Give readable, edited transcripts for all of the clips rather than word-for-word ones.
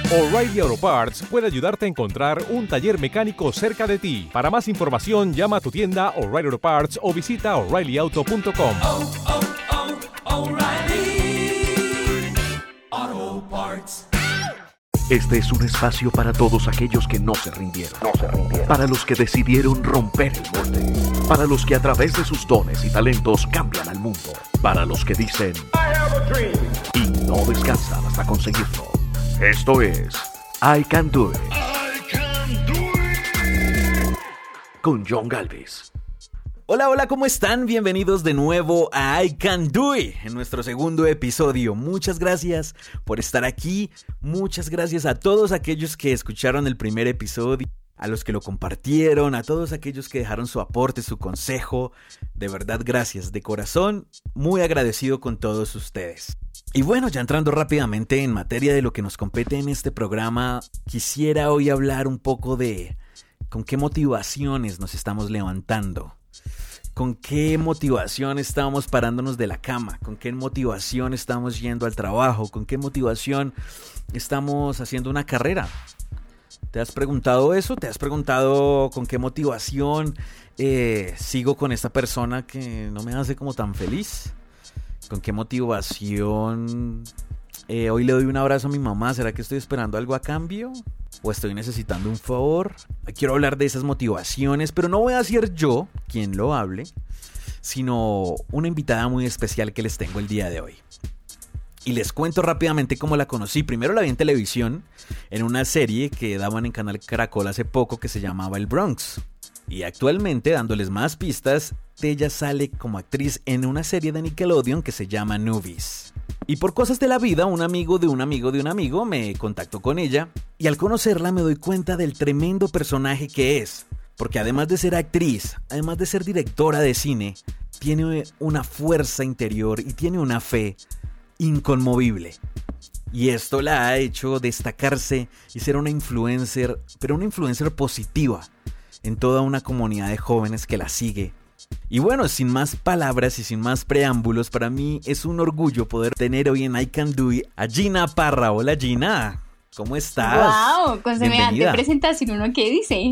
O'Reilly Auto Parts puede ayudarte a encontrar un taller mecánico cerca de ti. Para más información, llama a tu tienda O'Reilly Auto Parts o visita O'ReillyAuto.com. O'Reilly Auto Parts. Este es un espacio para todos aquellos que no se rindieron. Para los que decidieron romper el molde. Para los que a través de sus dones y talentos cambian al mundo. Para los que dicen I have a dream y no descansan hasta conseguirlo. Esto es I Can Do It. I can do it. Con John Galvez. Hola, ¿cómo están? Bienvenidos de nuevo a I Can Do It, en nuestro segundo episodio. Muchas gracias por estar aquí. Muchas gracias a todos aquellos que escucharon el primer episodio, a los que lo compartieron, a todos aquellos que dejaron su aporte, su consejo. De verdad, gracias. De corazón, muy agradecido con todos ustedes. Y bueno, ya entrando rápidamente en materia de lo que nos compete en este programa, quisiera hoy hablar un poco de con qué motivaciones nos estamos levantando. ¿Con qué motivación estamos parándonos de la cama? ¿Con qué motivación estamos yendo al trabajo? ¿Con qué motivación estamos haciendo una carrera? ¿Te has preguntado eso? ¿Te has preguntado con qué motivación sigo con esta persona que no me hace como tan feliz? ¿Con qué motivación hoy le doy un abrazo a mi mamá? ¿Será que estoy esperando algo a cambio? ¿O estoy necesitando un favor? Quiero hablar de esas motivaciones, pero no voy a ser yo quien lo hable, sino una invitada muy especial que les tengo el día de hoy. Y les cuento rápidamente cómo la conocí. Primero la vi en televisión, en una serie que daban en Canal Caracol hace poco que se llamaba El Bronx. Y actualmente, dándoles más pistas, ella sale como actriz en una serie de Nickelodeon que se llama Newbies. Y por cosas de la vida, un amigo de un amigo de un amigo me contactó con ella. Y al conocerla me doy cuenta del tremendo personaje que es. Porque además de ser actriz, además de ser directora de cine, tiene una fuerza interior y tiene una fe inconmovible. Y esto la ha hecho destacarse y ser una influencer, pero una influencer positiva en toda una comunidad de jóvenes que la sigue. Y bueno, sin más palabras y sin más preámbulos, para mí es un orgullo poder tener hoy en I Can Do It a Gina Parra. Hola Gina, ¿cómo estás? ¡Wow! Con semejante presentación, ¿uno qué dice?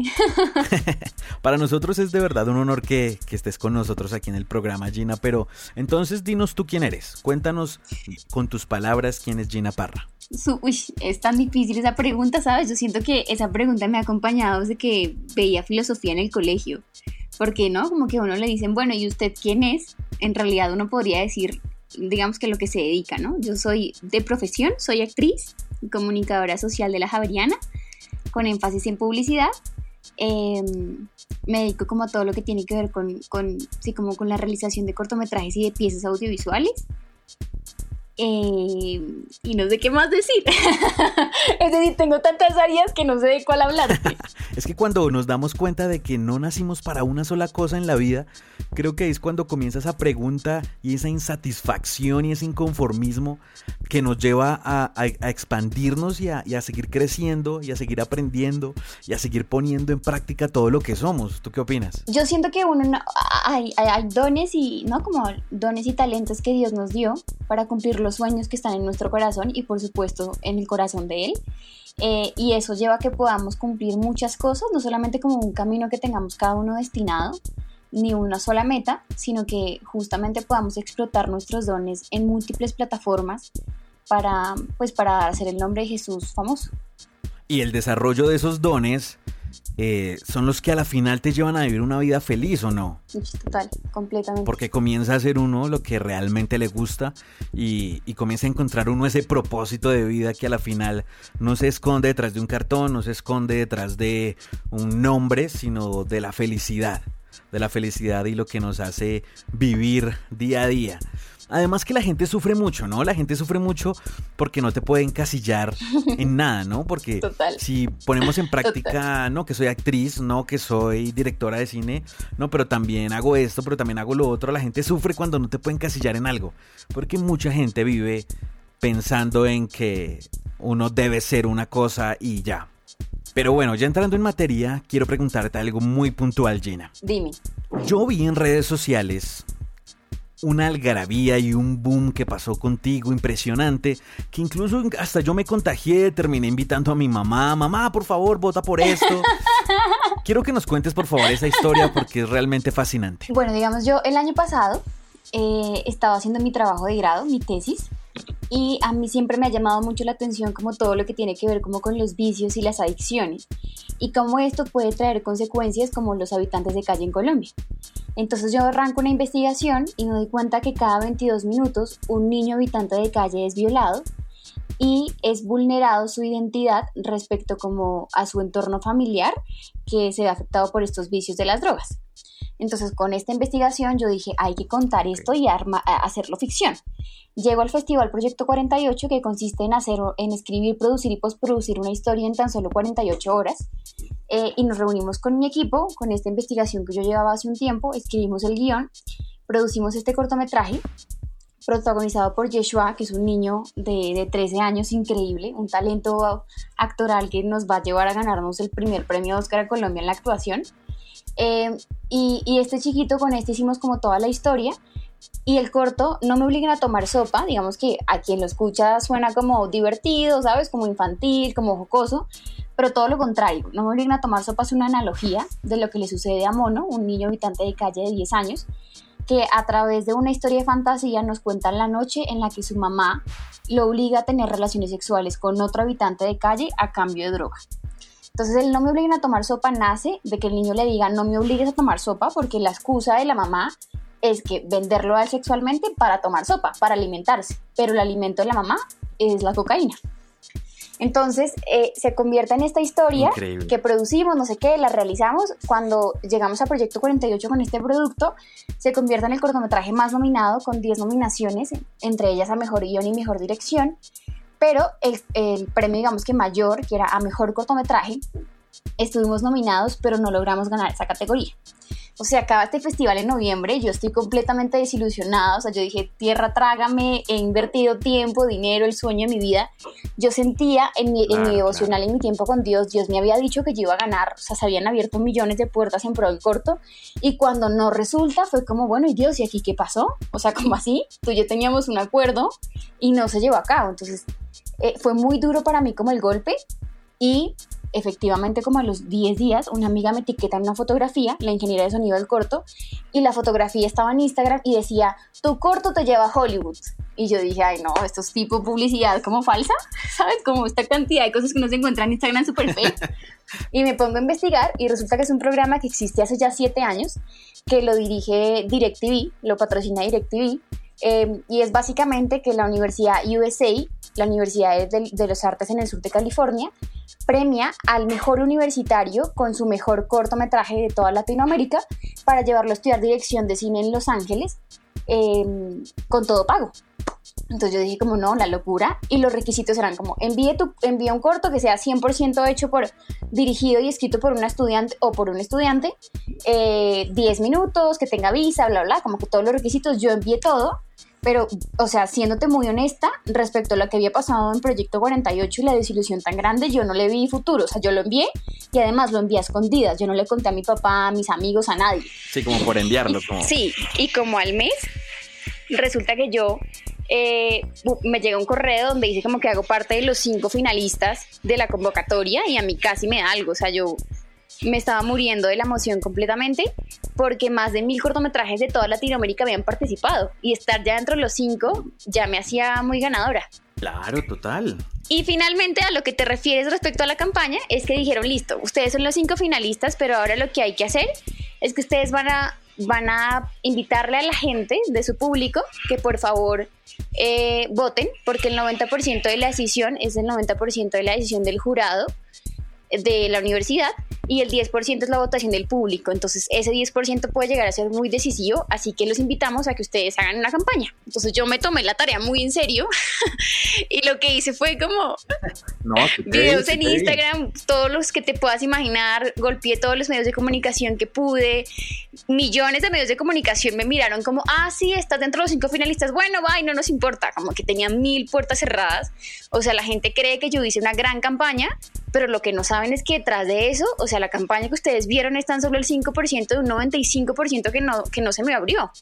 Para nosotros es de verdad un honor que estés con nosotros aquí en el programa, Gina. Pero entonces dinos tú quién eres. Cuéntanos con tus palabras quién es Gina Parra. Es tan difícil esa pregunta, ¿sabes? Yo siento que esa pregunta me ha acompañado desde que veía filosofía en el colegio. Porque, ¿no? Como que a uno le dicen, bueno, ¿y usted quién es? En realidad uno podría decir, digamos que lo que se dedica, ¿no? Yo soy de profesión, soy actriz y comunicadora social de La Javeriana, con énfasis en publicidad. Me dedico como a todo lo que tiene que ver con la realización de cortometrajes y de piezas audiovisuales. Y no sé qué más decir. Es decir, tengo tantas áreas que no sé de cuál hablarte. Es que cuando nos damos cuenta de que no nacimos para una sola cosa en la vida, creo que es cuando comienza esa pregunta y esa insatisfacción y ese inconformismo que nos lleva a expandirnos y a seguir creciendo y a seguir aprendiendo y a seguir poniendo en práctica todo lo que somos. ¿Tú qué opinas? Yo siento que hay dones y, ¿no? Como dones y talentos que Dios nos dio para cumplir los sueños que están en nuestro corazón y por supuesto en el corazón de Él. Y eso lleva a que podamos cumplir muchas cosas, no solamente como un camino que tengamos cada uno destinado, ni una sola meta, sino que justamente podamos explotar nuestros dones en múltiples plataformas para hacer el nombre de Jesús famoso. Y el desarrollo de esos dones son los que a la final te llevan a vivir una vida feliz, ¿o no? Total, completamente. Porque comienza a hacer uno lo que realmente le gusta y comienza a encontrar uno ese propósito de vida que a la final no se esconde detrás de un cartón, no se esconde detrás de un nombre, sino de la felicidad y lo que nos hace vivir día a día. Además que la gente sufre mucho, ¿no? La gente sufre mucho porque no te puede encasillar en nada, ¿no? Porque Total. Si ponemos en práctica, no, que soy actriz, no, que soy directora de cine, no, pero también hago esto, pero también hago lo otro. La gente sufre cuando no te puede encasillar en algo. Porque mucha gente vive pensando en que uno debe ser una cosa y ya. Pero bueno, ya entrando en materia, quiero preguntarte algo muy puntual, Gina. Dime. Yo vi en redes sociales una algarabía y un boom que pasó contigo impresionante, que incluso hasta yo me contagié, terminé invitando a mi mamá, por favor, vota por esto. Quiero que nos cuentes, por favor, esa historia porque es realmente fascinante. Bueno, digamos, yo el año pasado estaba haciendo mi trabajo de grado, mi tesis, y a mí siempre me ha llamado mucho la atención como todo lo que tiene que ver como con los vicios y las adicciones y cómo esto puede traer consecuencias como los habitantes de calle en Colombia. Entonces yo arranco una investigación y me doy cuenta que cada 22 minutos un niño habitante de calle es violado y es vulnerado su identidad respecto como a su entorno familiar que se ve afectado por estos vicios de las drogas. Entonces con esta investigación yo dije hay que contar esto y hacerlo ficción. Llego al Festival Proyecto 48 que consiste en escribir, producir y postproducir una historia en tan solo 48 horas y nos reunimos con mi equipo, con esta investigación que yo llevaba hace un tiempo, escribimos el guión, producimos este cortometraje protagonizado por Yeshua, que es un niño de 13 años increíble, un talento actoral que nos va a llevar a ganarnos el primer premio Oscar a Colombia en la actuación. Y este chiquito, con este hicimos como toda la historia y el corto no me obligan a tomar sopa, digamos que a quien lo escucha suena como divertido, ¿sabes? Como infantil, como jocoso, pero todo lo contrario, no me obligan a tomar sopa es una analogía de lo que le sucede a Mono, un niño habitante de calle de 10 años, que a través de una historia de fantasía nos cuenta la noche en la que su mamá lo obliga a tener relaciones sexuales con otro habitante de calle a cambio de droga. Entonces el no me obliguen a tomar sopa nace de que el niño le diga no me obligues a tomar sopa porque la excusa de la mamá es que venderlo a él sexualmente para tomar sopa, para alimentarse, pero el alimento de la mamá es la cocaína. Entonces se convierte en esta historia increíble que producimos, no sé qué, la realizamos. Cuando llegamos a Proyecto 48 con este producto, se convierte en el cortometraje más nominado con 10 nominaciones, entre ellas a Mejor Guión y Mejor Dirección. Pero el premio, digamos que mayor, que era a Mejor Cortometraje, estuvimos nominados, pero no logramos ganar esa categoría. O sea, acaba este festival en noviembre, yo estoy completamente desilusionada, o sea, yo dije, tierra trágame, he invertido tiempo, dinero, el sueño de mi vida. Yo sentía en mi devocional, en mi tiempo con Dios me había dicho que yo iba a ganar, o sea, se habían abierto millones de puertas en pro del corto, y cuando no resulta, fue como, bueno, y Dios, ¿y aquí qué pasó? O sea, ¿cómo así? Tú y yo teníamos un acuerdo y no se llevó a cabo, entonces fue muy duro para mí como el golpe, y efectivamente como a los 10 días una amiga me etiqueta en una fotografía, la ingeniera de sonido del corto, y la fotografía estaba en Instagram y decía, tu corto te lleva a Hollywood. Y yo dije, ay no, esto es tipo publicidad como falsa, ¿sabes? Como esta cantidad de cosas que uno se encuentra en Instagram súper fake. Y me pongo a investigar y resulta que es un programa que existe hace ya 7 años, que lo dirige DirecTV, lo patrocina DirecTV, y es básicamente que la Universidad USA, la Universidad de los Artes en el sur de California, premia al mejor universitario con su mejor cortometraje de toda Latinoamérica para llevarlo a estudiar dirección de cine en Los Ángeles con todo pago. Entonces yo dije como no, la locura, y los requisitos eran como envía un corto que sea 100% hecho dirigido y escrito por una estudiante o por un estudiante, 10 minutos, que tenga visa, bla bla, como que todos los requisitos. Yo envié todo, pero, o sea, siéndote muy honesta respecto a lo que había pasado en Proyecto 48 y la desilusión tan grande, yo no le vi futuro. O sea, yo lo envié y además lo envié a escondidas. Yo no le conté a mi papá, a mis amigos, a nadie. Sí, como por enviarlo. Como... Sí, y como al mes resulta que yo me llega un correo donde dice como que hago parte de los 5 finalistas de la convocatoria, y a mí casi me da algo. O sea, yo me estaba muriendo de la emoción completamente porque más de 1000 cortometrajes de toda Latinoamérica habían participado, y estar ya dentro de los 5 ya me hacía muy ganadora. Claro, total. Y finalmente, a lo que te refieres respecto a la campaña, es que dijeron, listo, ustedes son los 5 finalistas, pero ahora lo que hay que hacer es que ustedes van a invitarle a la gente de su público que por favor voten, porque el 90% de la decisión es el 90% de la decisión del jurado de la universidad, y el 10% es la votación del público. Entonces ese 10% puede llegar a ser muy decisivo, así que los invitamos a que ustedes hagan una campaña. Entonces yo me tomé la tarea muy en serio y lo que hice fue como videos en Instagram, todos los que te puedas imaginar, golpeé todos los medios de comunicación que pude, millones de medios de comunicación me miraron como, sí, estás dentro de los 5 finalistas, bueno, bye, no nos importa, como que tenían 1000 puertas cerradas. O sea, la gente cree que yo hice una gran campaña, pero lo que no saben es que detrás de eso, o sea, la campaña que ustedes vieron es tan solo el 5% de un 95% que no se me abrió.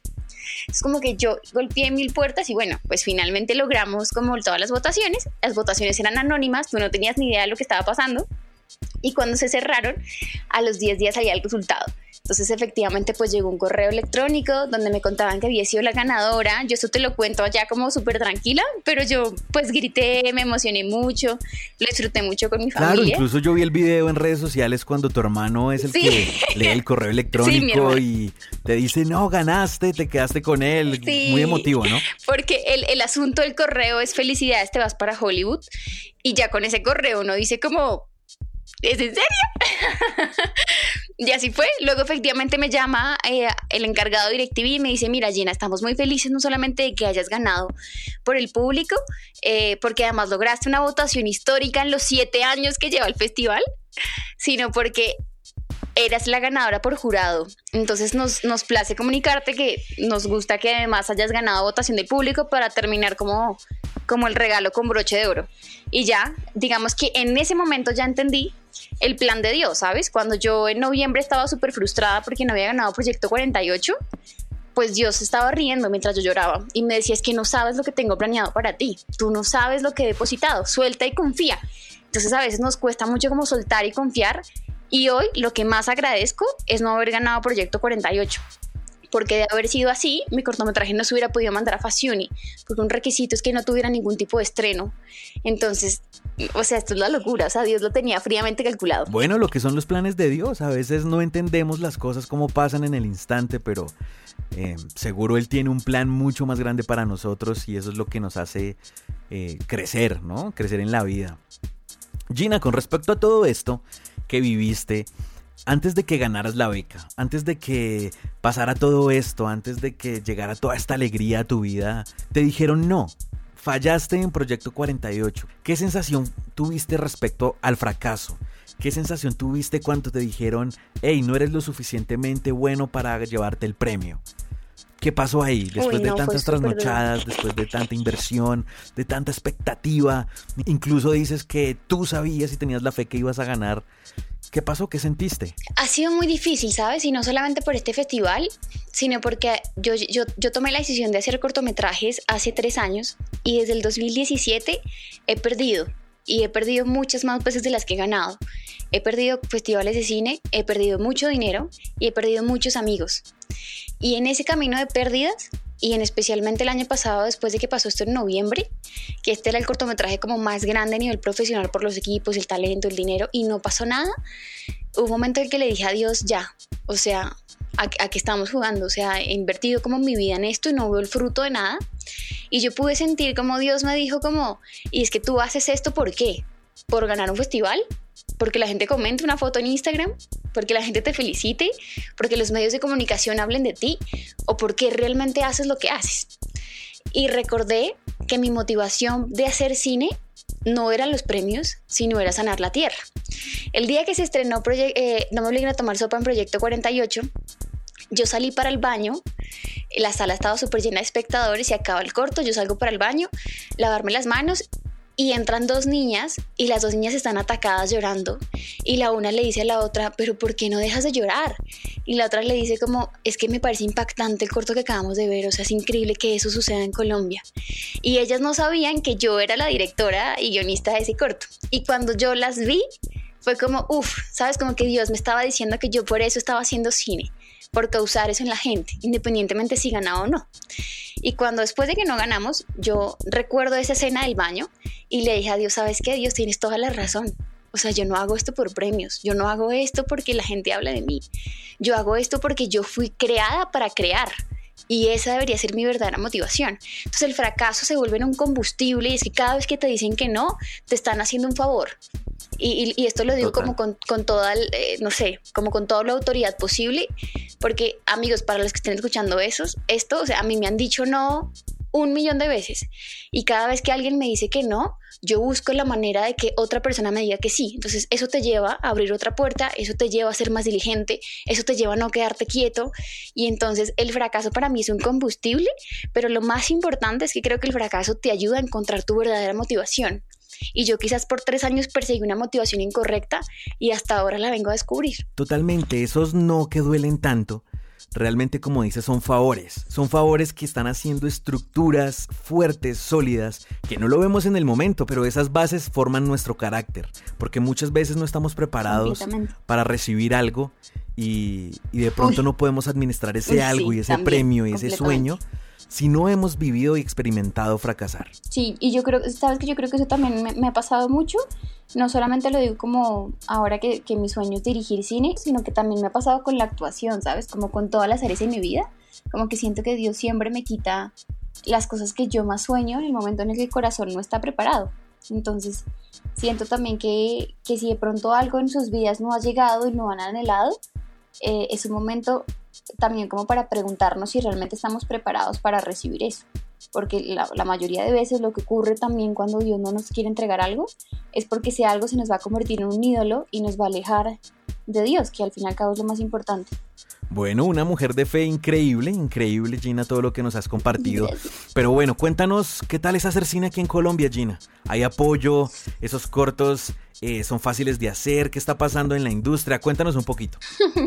Es como que yo golpeé 1000 puertas y bueno, pues finalmente logramos como todas las votaciones. Las votaciones eran anónimas, tú no tenías ni idea de lo que estaba pasando. Y cuando se cerraron, a los 10 días salía el resultado. Entonces efectivamente pues llegó un correo electrónico donde me contaban que había sido la ganadora. Yo eso te lo cuento ya como súper tranquila, pero yo pues grité, me emocioné mucho, lo disfruté mucho con mi familia. Claro, incluso yo vi el video en redes sociales cuando tu hermano es el que lee el correo electrónico y te dice, no, ganaste, te quedaste con él. Sí, muy emotivo, ¿no? Porque el asunto del correo es felicidades, te vas para Hollywood. Y ya con ese correo uno dice como... ¿Es en serio? Y así fue. Luego efectivamente me llama el encargado de DirecTV y me dice, mira Gina, estamos muy felices no solamente de que hayas ganado por el público, porque además lograste una votación histórica en los 7 años que lleva el festival, sino porque eras la ganadora por jurado. Entonces nos place comunicarte que nos gusta que además hayas ganado votación del público para terminar como el regalo con broche de oro. Y ya, digamos que en ese momento ya entendí el plan de Dios, ¿sabes? Cuando yo en noviembre estaba súper frustrada porque no había ganado Proyecto 48, pues Dios estaba riendo mientras yo lloraba y me decía, es que no sabes lo que tengo planeado para ti, tú no sabes lo que he depositado, suelta y confía. Entonces a veces nos cuesta mucho como soltar y confiar, y hoy lo que más agradezco es no haber ganado Proyecto 48. Porque de haber sido así, mi cortometraje no se hubiera podido mandar a Fasciuni, porque un requisito es que no tuviera ningún tipo de estreno. Entonces, o sea, esto es la locura, o sea, Dios lo tenía fríamente calculado. Bueno, lo que son los planes de Dios, a veces no entendemos las cosas como pasan en el instante, pero seguro Él tiene un plan mucho más grande para nosotros y eso es lo que nos hace crecer, ¿no? Crecer en la vida. Gina, con respecto a todo esto que viviste, antes de que ganaras la beca, antes de que pasara todo esto, antes de que llegara toda esta alegría a tu vida, te dijeron no, fallaste en Proyecto 48. ¿Qué sensación tuviste respecto al fracaso? ¿Qué sensación tuviste cuando te dijeron, hey, no eres lo suficientemente bueno para llevarte el premio? ¿Qué pasó ahí? Después de tantas trasnochadas, después de tanta inversión, de tanta expectativa, incluso dices que tú sabías y tenías la fe que ibas a ganar. ¿Qué pasó? ¿Qué sentiste? Ha sido muy difícil, ¿sabes? Y no solamente por este festival, sino porque yo tomé la decisión de hacer cortometrajes hace 3 años y desde el 2017 he perdido. Y he perdido muchas más veces de las que he ganado. He perdido festivales de cine, he perdido mucho dinero y he perdido muchos amigos. Y en ese camino de pérdidas, y en especialmente el año pasado, después de que pasó esto en noviembre, que este era el cortometraje como más grande a nivel profesional por los equipos, el talento, el dinero, y no pasó nada, hubo un momento en que le dije a Dios, ya, o sea, ¿a qué estamos jugando? O sea, he invertido como mi vida en esto y no veo el fruto de nada. Y yo pude sentir como Dios me dijo como, y es que tú haces esto, ¿por qué? ¿Por ganar un festival? ¿Porque la gente comente una foto en Instagram? ¿Porque la gente te felicite? ¿Porque los medios de comunicación hablen de ti? ¿O porque realmente haces lo que haces? Y recordé que mi motivación de hacer cine no eran los premios, sino era sanar la tierra. El día que se estrenó No me obliguen a tomar sopa en Proyecto 48, yo salí para el baño, la sala estaba súper llena de espectadores y acaba el corto, yo salgo para el baño, lavarme las manos y entran 2 niñas y las 2 niñas están atacadas llorando y la una le dice a la otra, pero ¿por qué no dejas de llorar? Y la otra le dice como, es que me parece impactante el corto que acabamos de ver, o sea, es increíble que eso suceda en Colombia. Y ellas no sabían que yo era la directora y guionista de ese corto. Y cuando yo las vi, fue como, ¿sabes? Como que Dios me estaba diciendo que yo por eso estaba haciendo cine, por causar eso en la gente, independientemente si ganaba o no. Y cuando después de que no ganamos, yo recuerdo esa escena del baño y le dije a Dios, ¿sabes qué? Dios, tienes toda la razón. O sea, yo no hago esto por premios, yo no hago esto porque la gente habla de mí. Yo hago esto porque yo fui creada para crear. Y esa debería ser mi verdadera motivación. Entonces el fracaso se vuelve en un combustible y es que cada vez que te dicen que no, te están haciendo un favor. Y esto lo digo como con toda, no sé, como con toda la autoridad posible, porque amigos, para los que estén escuchando esto, o sea, a mí me han dicho no 1.000.000 de veces y cada vez que alguien me dice que no, yo busco la manera de que otra persona me diga que sí. Entonces eso te lleva a abrir otra puerta, eso te lleva a ser más diligente, eso te lleva a no quedarte quieto y entonces el fracaso para mí es un combustible, pero lo más importante es que creo que el fracaso te ayuda a encontrar tu verdadera motivación. Y yo quizás por 3 años perseguí una motivación incorrecta y hasta ahora la vengo a descubrir. Totalmente, esos no que duelen tanto realmente, como dices, son favores que están haciendo estructuras fuertes, sólidas, que no lo vemos en el momento, pero esas bases forman nuestro carácter, porque muchas veces no estamos preparados para recibir algo y de pronto no podemos administrar ese algo y ese también, premio y ese sueño si no hemos vivido y experimentado fracasar. Sí, y yo creo que eso también me ha pasado mucho. No solamente lo digo como ahora que mi sueño es dirigir cine, sino que también me ha pasado con la actuación, ¿sabes? Como con todas las áreas de mi vida. Como que siento que Dios siempre me quita las cosas que yo más sueño en el momento en el que el corazón no está preparado. Entonces, siento también que si de pronto algo en sus vidas no ha llegado y no han anhelado, es un momento también como para preguntarnos si realmente estamos preparados para recibir eso. Porque la mayoría de veces lo que ocurre también cuando Dios no nos quiere entregar algo es porque ese algo se nos va a convertir en un ídolo y nos va a alejar de Dios, que al fin y al cabo es lo más importante. Bueno, una mujer de fe increíble, Gina, todo lo que nos has compartido. Pero bueno, cuéntanos, ¿qué tal es hacer cine aquí en Colombia, Gina? ¿Hay apoyo? ¿Esos cortos son fáciles de hacer? ¿Qué está pasando en la industria? Cuéntanos un poquito.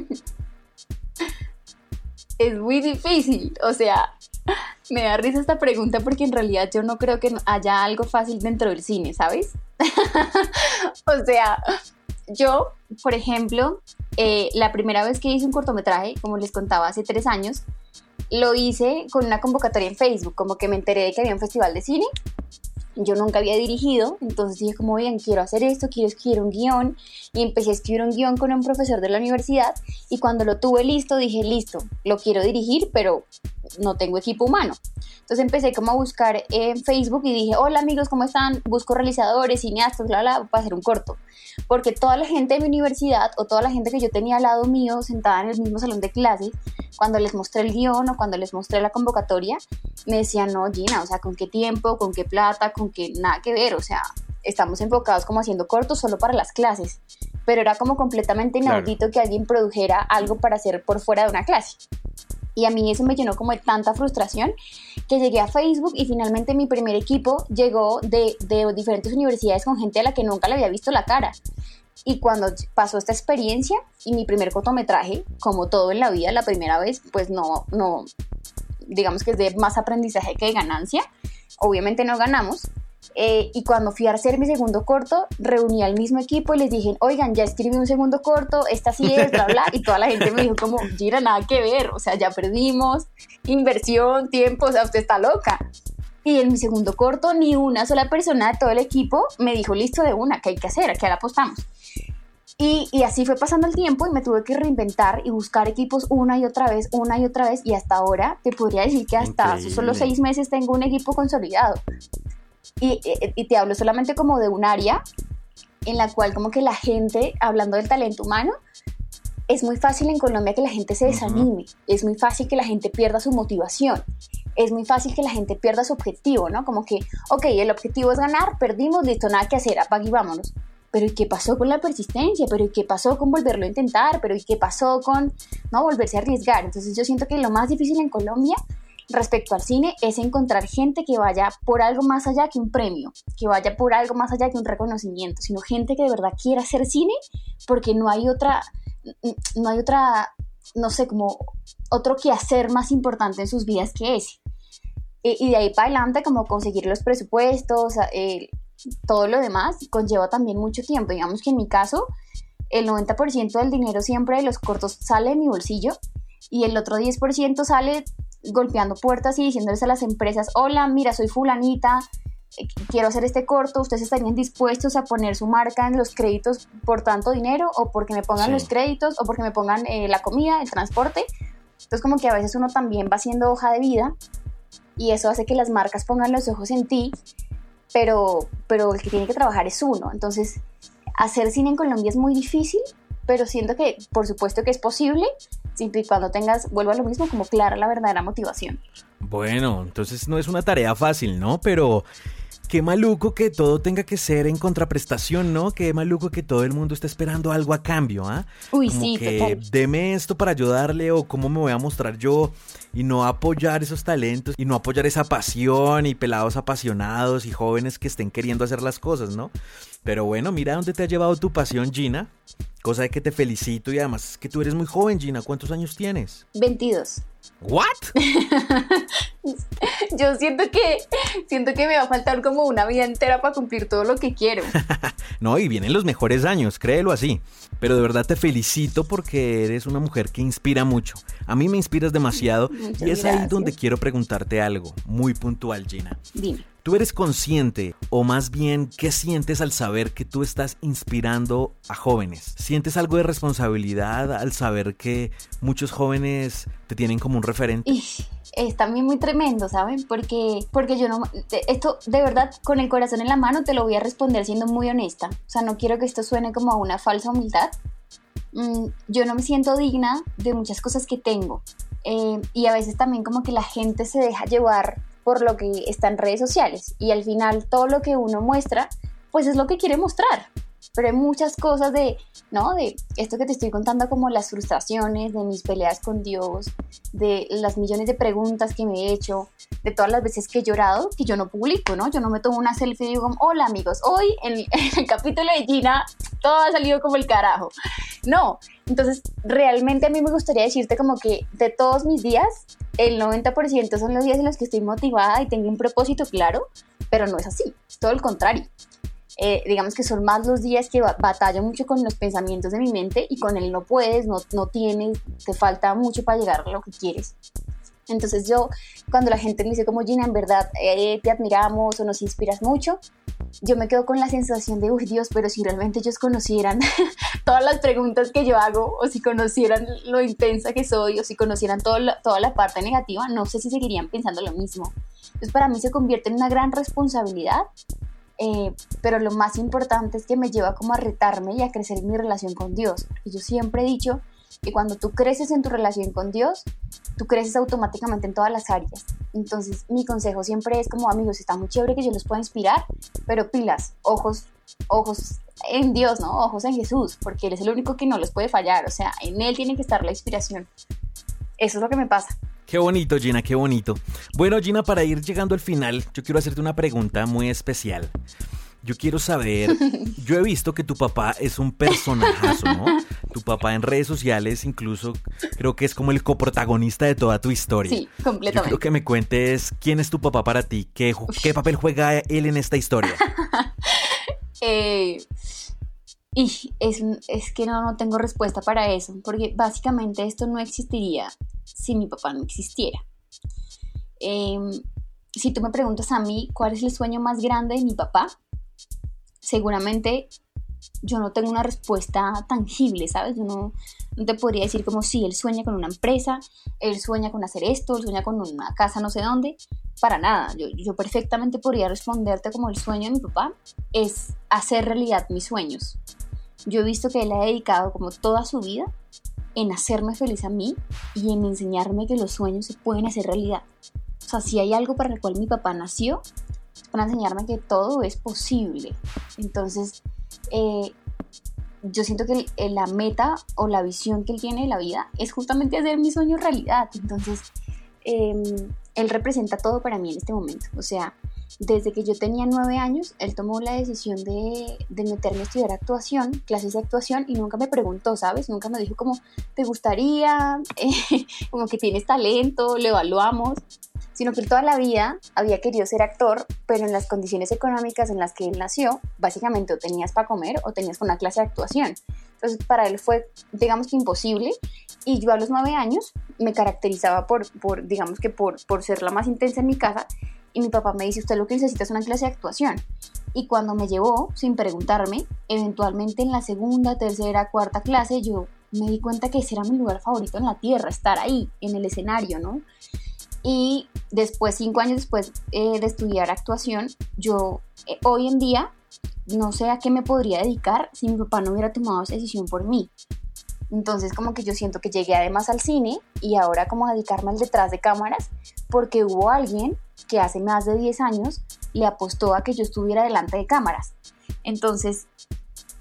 Es muy difícil, o sea, me da risa esta pregunta porque en realidad yo no creo que haya algo fácil dentro del cine, ¿sabes? O sea, yo, por ejemplo, la primera vez que hice un cortometraje, como les contaba hace 3 años, lo hice con una convocatoria en Facebook, como que me enteré de que había un festival de cine. Yo nunca había dirigido, entonces dije como, bien, quiero hacer esto, quiero escribir un guión, y empecé a escribir un guión con un profesor de la universidad, y cuando lo tuve listo, dije, listo, lo quiero dirigir, pero no tengo equipo humano. Entonces empecé como a buscar en Facebook y dije, hola amigos, ¿cómo están? Busco realizadores, cineastas, bla, bla, para hacer un corto. Porque toda la gente de mi universidad, o toda la gente que yo tenía al lado mío, sentada en el mismo salón de clases, cuando les mostré el guión o cuando les mostré la convocatoria, me decían, no, Gina, o sea, ¿con qué tiempo, con qué plata, con qué nada que ver? O sea, estamos enfocados como haciendo cortos solo para las clases. Pero era como completamente inaudito que alguien produjera algo para hacer por fuera de una clase. Y a mí eso me llenó como de tanta frustración que llegué a Facebook y finalmente mi primer equipo llegó de diferentes universidades con gente a la que nunca le había visto la cara. Y cuando pasó esta experiencia y mi primer cortometraje, como todo en la vida, la primera vez, pues no, digamos que es de más aprendizaje que de ganancia. Obviamente no ganamos. Y cuando fui a hacer mi segundo corto, reuní al mismo equipo y les dije, oigan, ya escribí un segundo corto, esta sí es, bla, bla, y toda la gente me dijo como, Gira, nada que ver, o sea, ya perdimos, inversión, tiempo, o sea, usted está loca. Y en mi segundo corto, ni una sola persona de todo el equipo me dijo, listo, de una, ¿qué hay que hacer? ¿A qué ahora apostamos? Y así fue pasando el tiempo y me tuve que reinventar y buscar equipos una y otra vez, y hasta ahora te podría decir que hasta hace solo 6 meses tengo un equipo consolidado. Y te hablo solamente como de un área en la cual como que la gente, hablando del talento humano, es muy fácil en Colombia que la gente se desanime, es muy fácil que la gente pierda su motivación, es muy fácil que la gente pierda su objetivo, ¿no? Como que, ok, el objetivo es ganar, perdimos, listo, nada que hacer, apague y vámonos. Pero ¿y qué pasó con la persistencia? ¿Pero y qué pasó con volverlo a intentar? ¿Pero y qué pasó con no volverse a arriesgar? Entonces yo siento que lo más difícil en Colombia respecto al cine es encontrar gente que vaya por algo más allá que un premio, que vaya por algo más allá que un reconocimiento, sino gente que de verdad quiera hacer cine porque no hay otra, no sé, como otro quehacer más importante en sus vidas que ese. Y de ahí para adelante como conseguir los presupuestos, todo lo demás conlleva también mucho tiempo. Digamos que en mi caso el 90% del dinero siempre de los cortos sale de mi bolsillo y el otro 10% sale golpeando puertas y diciéndoles a las empresas, hola, mira, soy fulanita, quiero hacer este corto, ¿ustedes estarían dispuestos a poner su marca en los créditos por tanto dinero? O porque me pongan los créditos, o porque me pongan la comida, el transporte. Entonces como que a veces uno también va haciendo hoja de vida y eso hace que las marcas pongan los ojos en ti, pero el que tiene que trabajar es uno. Entonces hacer cine en Colombia es muy difícil, pero siento que por supuesto que es posible, siempre y cuando tengas, vuelvo a lo mismo, como clara la verdadera motivación. Bueno, entonces no es una tarea fácil, ¿no? Pero qué maluco que todo tenga que ser en contraprestación, ¿no? Qué maluco que todo el mundo esté esperando algo a cambio, ¿ah? Uy, como sí, que total. deme esto para ayudarle o cómo me voy a mostrar yo y no apoyar esos talentos y no apoyar esa pasión y pelados apasionados y jóvenes que estén queriendo hacer las cosas, ¿no? Pero bueno, mira dónde te ha llevado tu pasión, Gina. cosa de que te felicito y además es que tú eres muy joven, Gina. ¿Cuántos años tienes? 22. ¿What? Yo siento que me va a faltar como una vida entera para cumplir todo lo que quiero. No, y vienen los mejores años, créelo así. Pero de verdad te felicito porque eres una mujer que inspira mucho. A mí me inspiras demasiado. Muchas Y es ahí gracias. donde quiero preguntarte algo muy puntual, Gina. Dime. ¿Tú eres consciente o más bien qué sientes al saber que tú estás inspirando a jóvenes? ¿Sientes algo de responsabilidad al saber que muchos jóvenes te tienen como un referente? Y es también muy tremendo, ¿saben? Porque yo no... Esto, de verdad, con el corazón en la mano te lo voy a responder siendo muy honesta. O sea, no quiero que esto suene como a una falsa humildad. Yo no me siento digna de muchas cosas que tengo. Y a veces también como que la gente se deja llevar por lo que está en redes sociales. Y al final todo lo que uno muestra, pues es lo que quiere mostrar. Pero hay muchas cosas de esto que te estoy contando, como las frustraciones, de mis peleas con Dios, de las millones de preguntas que me he hecho, de todas las veces que he llorado, que yo no publico, ¿no? Yo no me tomo una selfie y digo, hola amigos, hoy en el capítulo de Gina todo ha salido como el carajo. No, entonces realmente a mí me gustaría decirte como que de todos mis días, el 90% son los días en los que estoy motivada y tengo un propósito claro, pero no es así, es todo el contrario. Digamos que son más los días que batallo mucho con los pensamientos de mi mente y con el no puedes, no tienes, te falta mucho para llegar a lo que quieres. Entonces yo, cuando la gente me dice como Gina, en verdad te admiramos o nos inspiras mucho, yo me quedo con la sensación de, uy Dios, pero si realmente ellos conocieran todas las preguntas que yo hago, o si conocieran lo intensa que soy, o si conocieran toda la parte negativa, no sé si seguirían pensando lo mismo. Entonces para mí se convierte en una gran responsabilidad. Pero lo más importante es que me lleva como a retarme y a crecer en mi relación con Dios. Porque yo siempre he dicho que cuando tú creces en tu relación con Dios, tú creces automáticamente en todas las áreas. Entonces mi consejo siempre es como, amigos, está muy chévere que yo los pueda inspirar, pero pilas, ojos en Dios, ¿no? Ojos en Jesús, porque Él es el único que no los puede fallar. O sea, en Él tiene que estar la inspiración. Eso es lo que me pasa. Qué bonito, Gina, qué bonito. Bueno, Gina, para ir llegando al final, yo quiero hacerte una pregunta muy especial. Yo quiero saber, yo he visto que tu papá es un personajazo, ¿no? Tu papá en redes sociales incluso creo que es como el coprotagonista de toda tu historia. Sí, completamente. Yo quiero que me cuentes quién es tu papá para ti, qué papel juega él en esta historia. Y es que no tengo respuesta para eso, porque básicamente esto no existiría si mi papá no existiera. Si tú me preguntas a mí cuál es el sueño más grande de mi papá, seguramente yo no tengo una respuesta tangible, ¿sabes? Yo no te podría decir como sí, él sueña con una empresa, él sueña con hacer esto, él sueña con una casa no sé dónde, para nada. Yo perfectamente podría responderte como el sueño de mi papá es hacer realidad mis sueños. Yo he visto que él ha dedicado como toda su vida en hacerme feliz a mí y en enseñarme que los sueños se pueden hacer realidad. O sea, si hay algo para el cual mi papá nació, es para enseñarme que todo es posible. Entonces, yo siento que la meta o la visión que él tiene de la vida es justamente hacer mis sueños realidad. Entonces, él representa todo para mí en este momento. O sea, desde que yo tenía 9 años, él tomó la decisión de meterme a estudiar actuación, clases de actuación, y nunca me preguntó, ¿sabes? Nunca me dijo como, ¿te gustaría? Como que tienes talento, lo evaluamos. Sino que él toda la vida había querido ser actor, pero en las condiciones económicas en las que él nació, básicamente o tenías para comer o tenías una clase de actuación. Entonces para él fue, digamos que imposible, y yo a los 9 años me caracterizaba por ser la más intensa en mi casa, y mi papá me dice, usted lo que necesita es una clase de actuación. Y cuando me llevó, sin preguntarme, eventualmente en la segunda, tercera, cuarta clase, yo me di cuenta que ese era mi lugar favorito en la tierra, estar ahí, en el escenario, ¿no? Y después, 5 años después de estudiar actuación, yo hoy en día no sé a qué me podría dedicar si mi papá no hubiera tomado esa decisión por mí. Entonces como que yo siento que llegué además al cine y ahora como a dedicarme al detrás de cámaras porque hubo alguien que hace más de 10 años le apostó a que yo estuviera delante de cámaras. Entonces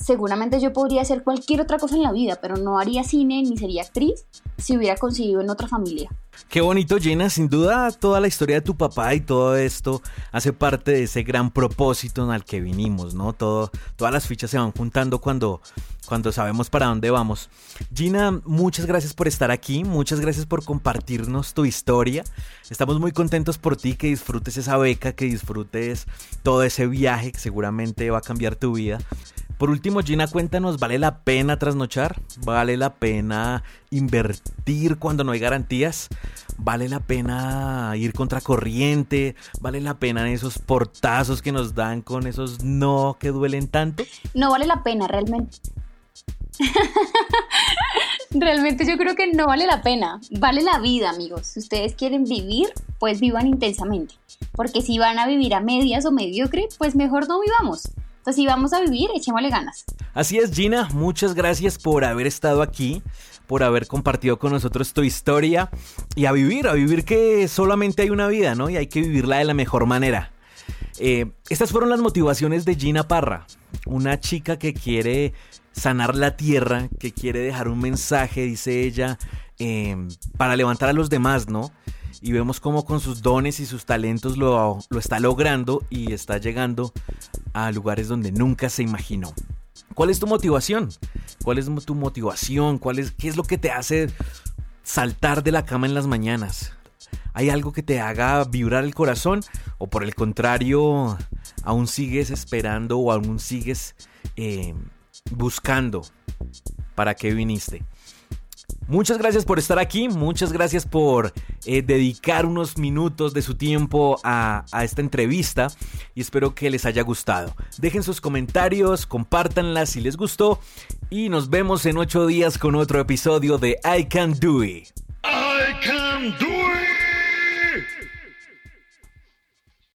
seguramente yo podría hacer cualquier otra cosa en la vida, pero no haría cine ni sería actriz si hubiera conseguido en otra familia. Qué bonito, Gina. Sin duda, toda la historia de tu papá y todo esto hace parte de ese gran propósito en el que vinimos, ¿no? Todas las fichas se van juntando cuando sabemos para dónde vamos. Gina, muchas gracias por estar aquí. Muchas gracias por compartirnos tu historia. Estamos muy contentos por ti, que disfrutes esa beca, que disfrutes todo ese viaje que seguramente va a cambiar tu vida. Por último, Gina, cuéntanos, ¿vale la pena trasnochar? ¿Vale la pena invertir cuando no hay garantías? ¿Vale la pena ir contracorriente? ¿Vale la pena esos portazos que nos dan con esos no que duelen tanto? No vale la pena, realmente. Realmente yo creo que no vale la pena. Vale la vida, amigos. Si ustedes quieren vivir, pues vivan intensamente. Porque si van a vivir a medias o mediocre, pues mejor no vivamos. Entonces, si vamos a vivir, echémosle ganas. Así es, Gina, muchas gracias por haber estado aquí, por haber compartido con nosotros tu historia y a vivir que solamente hay una vida, ¿no? Y hay que vivirla de la mejor manera. Estas fueron las motivaciones de Gina Parra, una chica que quiere sanar la tierra, que quiere dejar un mensaje, dice ella, para levantar a los demás, ¿no? Y vemos cómo con sus dones y sus talentos lo está logrando y está llegando a lugares donde nunca se imaginó. ¿Cuál es tu motivación? ¿Cuál es tu motivación? ¿Qué es lo que te hace saltar de la cama en las mañanas? ¿Hay algo que te haga vibrar el corazón? ¿O por el contrario, aún sigues esperando o aún sigues buscando para qué viniste? Muchas gracias por estar aquí, muchas gracias por dedicar unos minutos de su tiempo a esta entrevista y espero que les haya gustado. Dejen sus comentarios, compártanla si les gustó y nos vemos en 8 días con otro episodio de I Can Do It. I can do it.